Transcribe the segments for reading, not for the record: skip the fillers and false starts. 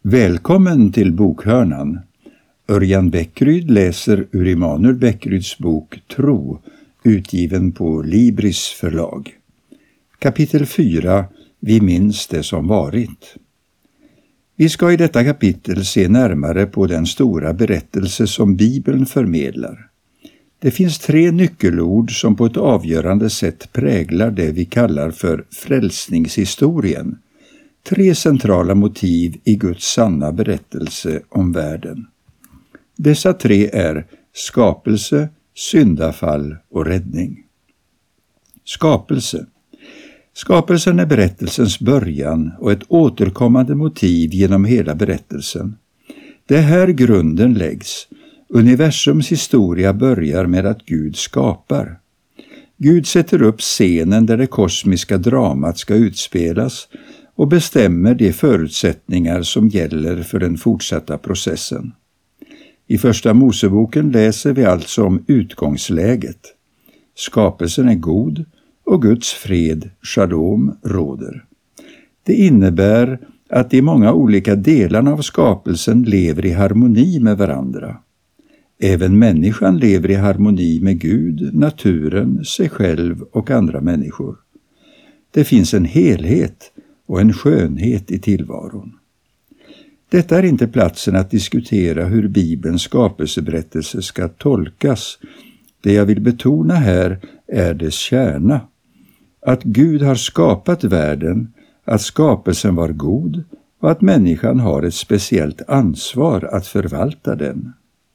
Välkommen till Bokhörnan. Örjan Bäckryd läser ur Immanuel Bäckryds bok Tro, utgiven på Libris förlag. Kapitel 4. Vi minns det som varit. Vi ska i detta kapitel se närmare på den stora berättelse som Bibeln förmedlar. Det finns 3 nyckelord som på ett avgörande sätt präglar det vi kallar för frälsningshistorien. 3 centrala motiv i Guds sanna berättelse om världen. Dessa 3 är skapelse, syndafall och räddning. Skapelse. Skapelsen är berättelsens början och ett återkommande motiv genom hela berättelsen. Det är här grunden läggs. Universums historia börjar med att Gud skapar. Gud sätter upp scenen där det kosmiska dramat ska utspelas och bestämmer de förutsättningar som gäller för den fortsatta processen. I första Moseboken läser vi alltså om utgångsläget. Skapelsen är god och Guds fred, shalom, råder. Det innebär att de många olika delarna av skapelsen lever i harmoni med varandra. Även människan lever i harmoni med Gud, naturen, sig själv och andra människor. Det finns en helhet och en skönhet i tillvaron. Detta är inte platsen att diskutera hur Bibelns skapelseberättelse ska tolkas. Det jag vill betona här är dess kärna. Att Gud har skapat världen, att skapelsen var god och att människan har ett speciellt ansvar att förvalta den.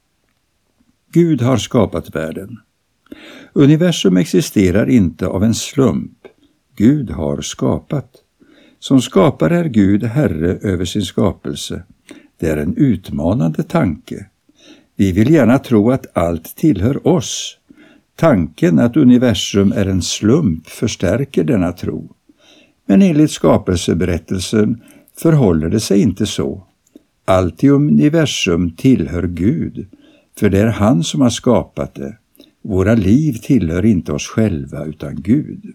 Gud har skapat världen. Universum existerar inte av en slump. Gud har skapat. Som skapare är Gud herre över sin skapelse. Det är en utmanande tanke. Vi vill gärna tro att allt tillhör oss. Tanken att universum är en slump förstärker denna tro. Men enligt skapelseberättelsen förhåller det sig inte så. Allt i universum tillhör Gud, för det är han som har skapat det. Våra liv tillhör inte oss själva utan Gud.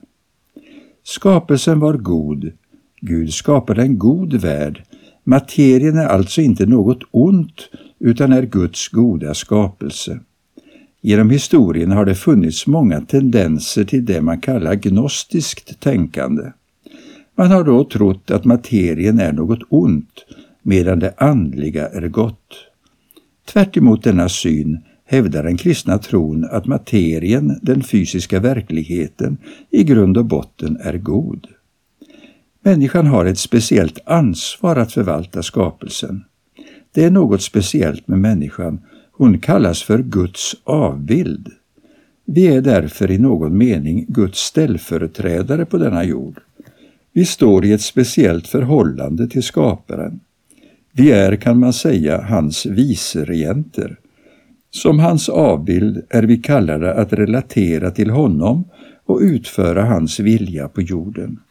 Skapelsen var god. Gud skapade en god värld. Materien är alltså inte något ont utan är Guds goda skapelse. Genom historien har det funnits många tendenser till det man kallar gnostiskt tänkande. Man har då trott att materien är något ont medan det andliga är gott. Tvärt emot denna syn hävdar den kristna tron att materien, den fysiska verkligheten, i grund och botten är god. Människan har ett speciellt ansvar att förvalta skapelsen. Det är något speciellt med människan. Hon kallas för Guds avbild. Vi är därför i någon mening Guds ställföreträdare på denna jord. Vi står i ett speciellt förhållande till skaparen. Vi är, kan man säga, hans viceregenter. Som hans avbild är vi kallade att relatera till honom och utföra hans vilja på jorden.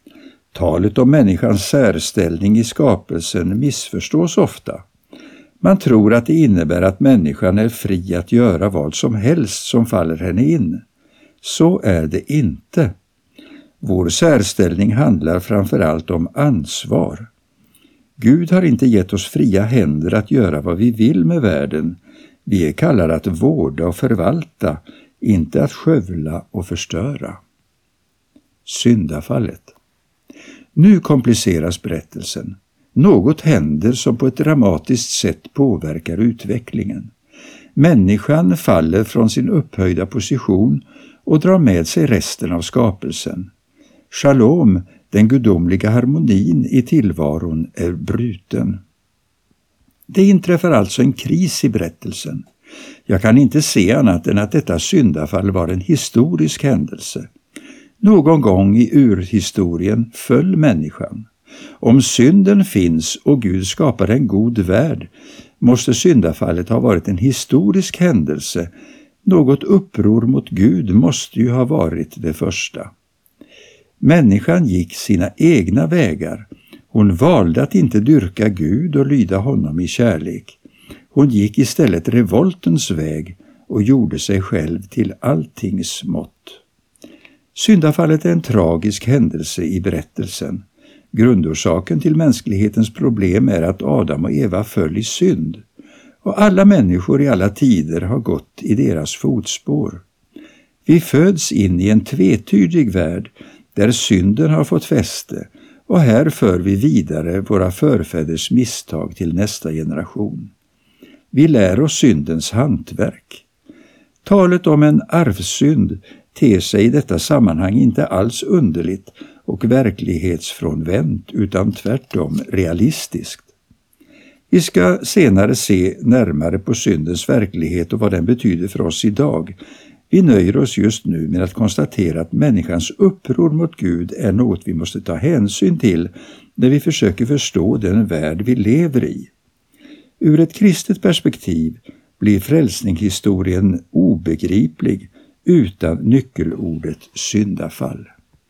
Talet om människans särställning i skapelsen missförstås ofta. Man tror att det innebär att människan är fri att göra vad som helst som faller henne in. Så är det inte. Vår särställning handlar framförallt om ansvar. Gud har inte gett oss fria händer att göra vad vi vill med världen. Vi är kallade att vårda och förvalta, inte att skövla och förstöra. Syndafallet. Nu kompliceras berättelsen. Något händer som på ett dramatiskt sätt påverkar utvecklingen. Människan faller från sin upphöjda position och drar med sig resten av skapelsen. Shalom, den gudomliga harmonin i tillvaron, är bruten. Det inträffar alltså en kris i berättelsen. Jag kan inte se annat än att detta syndafall var en historisk händelse. Någon gång i urhistorien föll människan. Om synden finns och Gud skapar en god värld, måste syndafallet ha varit en historisk händelse. Något uppror mot Gud måste ju ha varit det första. Människan gick sina egna vägar. Hon valde att inte dyrka Gud och lyda honom i kärlek. Hon gick istället revoltens väg och gjorde sig själv till alltings mått. Syndafallet är en tragisk händelse i berättelsen. Grundorsaken till mänsklighetens problem är att Adam och Eva föll i synd, och alla människor i alla tider har gått i deras fotspår. Vi föds in i en tvetydig värld där synden har fått fäste, och här för vi vidare våra förfäders misstag till nästa generation. Vi lär oss syndens hantverk. Talet om en arvsynd ter sig i detta sammanhang inte alls underligt och verklighetsfrånvänt, utan tvärtom realistiskt. Vi ska senare se närmare på syndens verklighet och vad den betyder för oss idag. Vi nöjer oss just nu med att konstatera att människans uppror mot Gud är något vi måste ta hänsyn till när vi försöker förstå den värld vi lever i. Ur ett kristet perspektiv blir frälsningshistorien obegriplig utan nyckelordet syndafall.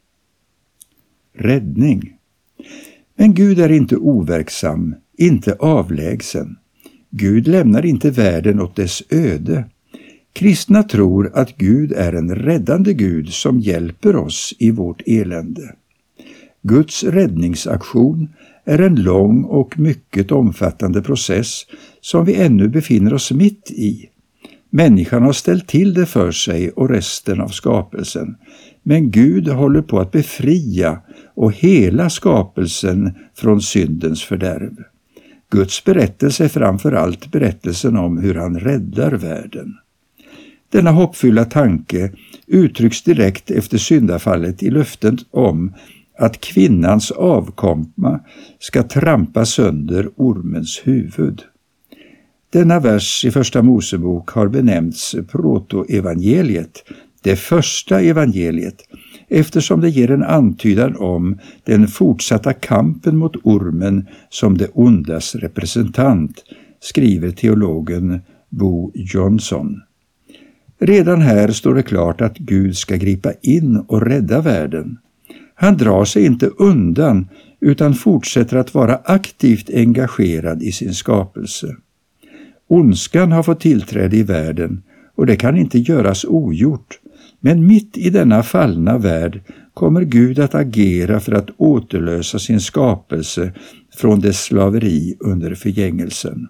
Räddning. Men Gud är inte overksam, inte avlägsen. Gud lämnar inte världen åt dess öde. Kristna tror att Gud är en räddande Gud som hjälper oss i vårt elände. Guds räddningsaktion är en lång och mycket omfattande process som vi ännu befinner oss mitt i. Människan har ställt till det för sig och resten av skapelsen, men Gud håller på att befria och hela skapelsen från syndens fördärv. Guds berättelse är framför allt berättelsen om hur han räddar världen. Denna hoppfulla tanke uttrycks direkt efter syndafallet i löftet om att kvinnans avkomma ska trampa sönder ormens huvud. Denna vers i Första Mosebok har benämnts protoevangeliet, det första evangeliet, eftersom det ger en antydan om den fortsatta kampen mot ormen som det ondas representant, skriver teologen Bo Johnson. Redan här står det klart att Gud ska gripa in och rädda världen. Han drar sig inte undan utan fortsätter att vara aktivt engagerad i sin skapelse. Ondskan har fått tillträde i världen och det kan inte göras ogjort, men mitt i denna fallna värld kommer Gud att agera för att återlösa sin skapelse från dess slaveri under förgängelsen.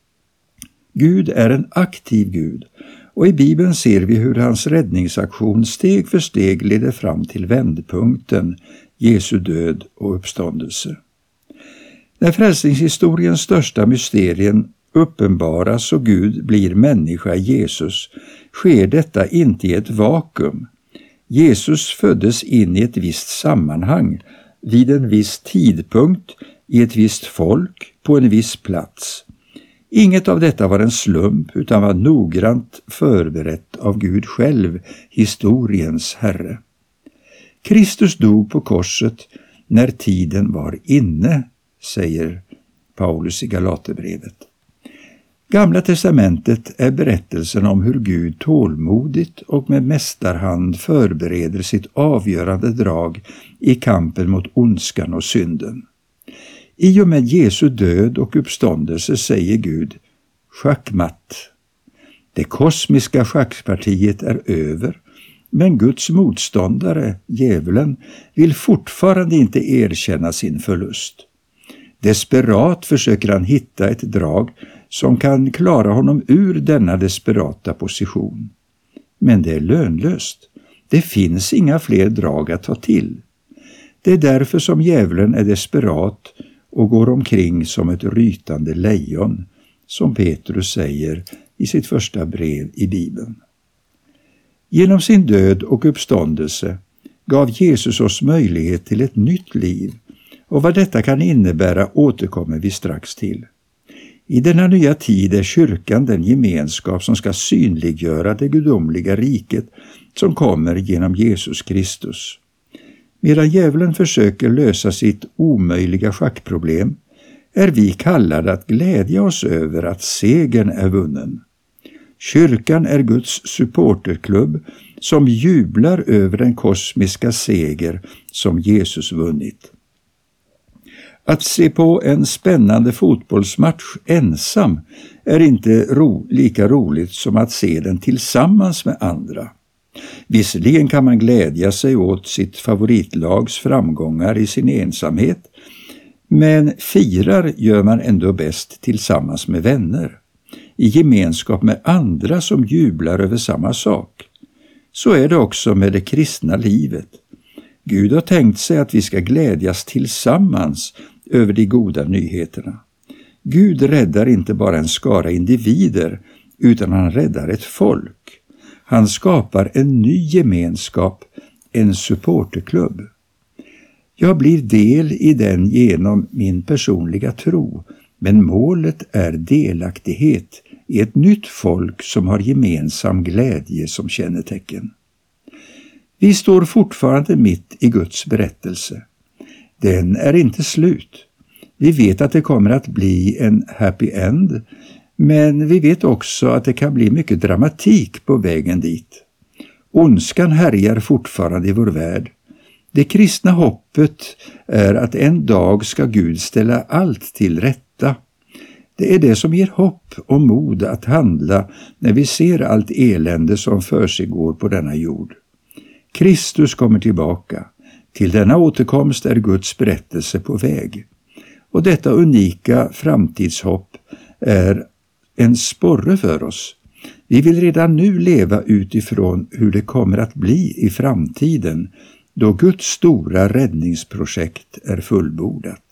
Gud är en aktiv Gud, och i Bibeln ser vi hur hans räddningsaktion steg för steg leder fram till vändpunkten, Jesu död och uppståndelse. När frälsningshistoriens största mysterien uppenbaras och Gud blir människa i Jesus, sker detta inte i ett vakuum. Jesus föddes in i ett visst sammanhang, vid en viss tidpunkt, i ett visst folk, på en viss plats. Inget av detta var en slump utan var noggrant förberett av Gud själv, historiens Herre. Kristus dog på korset när tiden var inne, säger Paulus i Galaterbrevet. Gamla testamentet är berättelsen om hur Gud tålmodigt och med mästarhand förbereder sitt avgörande drag i kampen mot ondskan och synden. I och med Jesu död och uppståndelse säger Gud, schackmatt. Det kosmiska schackpartiet är över, men Guds motståndare, djävulen, vill fortfarande inte erkänna sin förlust. Desperat försöker han hitta ett drag som kan klara honom ur denna desperata position. Men det är lönlöst. Det finns inga fler drag att ta till. Det är därför som djävulen är desperat och går omkring som ett rytande lejon, som Petrus säger i sitt första brev i Bibeln. Genom sin död och uppståndelse gav Jesus oss möjlighet till ett nytt liv, och vad detta kan innebära återkommer vi strax till. I denna nya tid är kyrkan den gemenskap som ska synliggöra det gudomliga riket som kommer genom Jesus Kristus. Medan djävulen försöker lösa sitt omöjliga schackproblem är vi kallade att glädja oss över att segern är vunnen. Kyrkan är Guds supporterklubb som jublar över den kosmiska seger som Jesus vunnit. Att se på en spännande fotbollsmatch ensam är inte lika roligt som att se den tillsammans med andra. Visserligen kan man glädja sig åt sitt favoritlags framgångar i sin ensamhet, men firar gör man ändå bäst tillsammans med vänner, i gemenskap med andra som jublar över samma sak. Så är det också med det kristna livet. Gud har tänkt sig att vi ska glädjas tillsammans över de goda nyheterna. Gud räddar inte bara en skara individer, utan han räddar ett folk. Han skapar en ny gemenskap, en supporterklubb. Jag blir del i den genom min personliga tro, men målet är delaktighet i ett nytt folk som har gemensam glädje som kännetecken. Vi står fortfarande mitt i Guds berättelse. Den är inte slut. Vi vet att det kommer att bli en happy end, men vi vet också att det kan bli mycket dramatik på vägen dit. Ondskan härjar fortfarande i vår värld. Det kristna hoppet är att en dag ska Gud ställa allt till rätta. Det är det som ger hopp och mod att handla när vi ser allt elände som försiggår på denna jord. Kristus kommer tillbaka. Till denna återkomst är Guds berättelse på väg. Och detta unika framtidshopp är en sporre för oss. Vi vill redan nu leva utifrån hur det kommer att bli i framtiden, då Guds stora räddningsprojekt är fullbordat.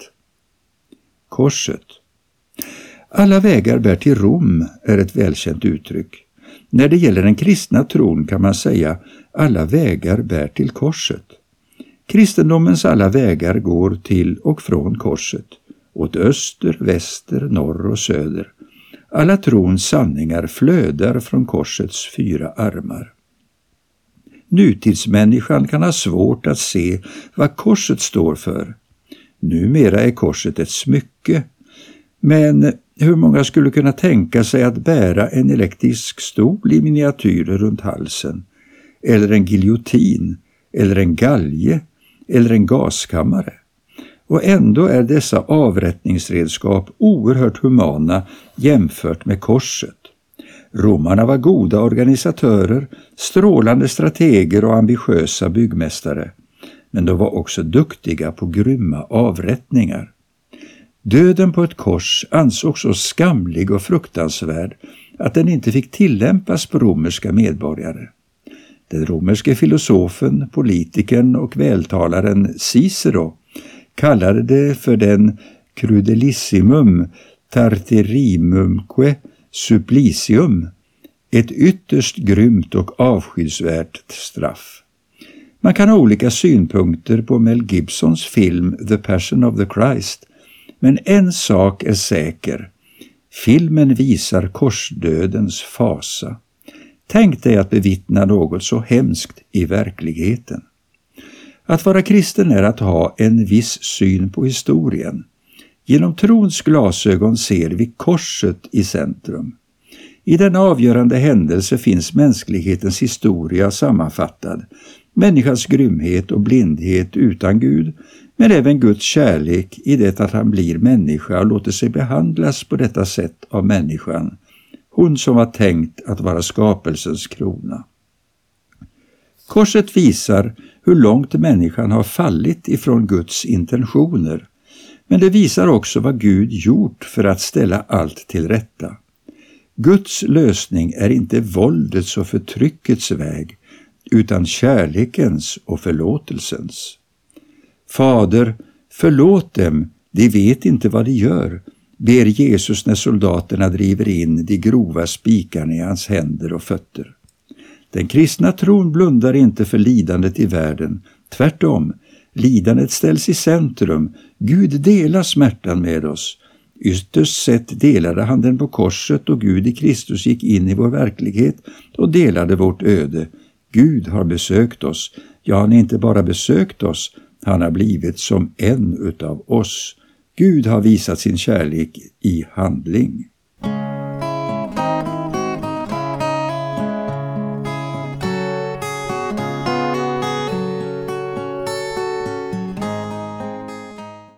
Korset. Alla vägar bär till Rom är ett välkänt uttryck. När det gäller den kristna tron kan man säga alla vägar bär till korset. Kristendomens alla vägar går till och från korset, åt öster, väster, norr och söder. Alla trons sanningar flödar från korsets 4 armar. Nutidsmänniskan kan ha svårt att se vad korset står för. Numera är korset ett smycke, men hur många skulle kunna tänka sig att bära en elektrisk stol i miniatyr runt halsen, eller en giljotin, eller en galge, eller en gaskammare? Och ändå är dessa avrättningsredskap oerhört humana jämfört med korset. Romarna var goda organisatörer, strålande strateger och ambitiösa byggmästare, men de var också duktiga på grymma avrättningar. Döden på ett kors ansågs så skamlig och fruktansvärd att den inte fick tillämpas på romerska medborgare. Den romerske filosofen, politikern och vältalaren Cicero kallade det för den crudelissimum tartarimumque supplicium, ett ytterst grymt och avskydsvärt straff. Man kan ha olika synpunkter på Mel Gibsons film The Passion of the Christ, men en sak är säker. Filmen visar korsdödens fasa. Tänk dig att bevittna något så hemskt i verkligheten. Att vara kristen är att ha en viss syn på historien. Genom trons glasögon ser vi korset i centrum. I denna avgörande händelse finns mänsklighetens historia sammanfattad. Människans grymhet och blindhet utan Gud, men även Guds kärlek i det att han blir människa och låter sig behandlas på detta sätt av människan. Hon som var tänkt att vara skapelsens krona. Korset visar hur långt människan har fallit ifrån Guds intentioner, men det visar också vad Gud gjort för att ställa allt till rätta. Guds lösning är inte våldets och förtryckets väg, utan kärlekens och förlåtelsens. Fader, förlåt dem, de vet inte vad de gör, ber Jesus när soldaterna driver in de grova spikarna i hans händer och fötter. Den kristna tron blundar inte för lidandet i världen. Tvärtom, lidandet ställs i centrum. Gud delar smärtan med oss. Ytterst sett delade han den på korset och Gud i Kristus gick in i vår verklighet och delade vårt öde. Gud har besökt oss. Ja, han har inte bara besökt oss, han har blivit som en utav oss. Gud har visat sin kärlek i handling.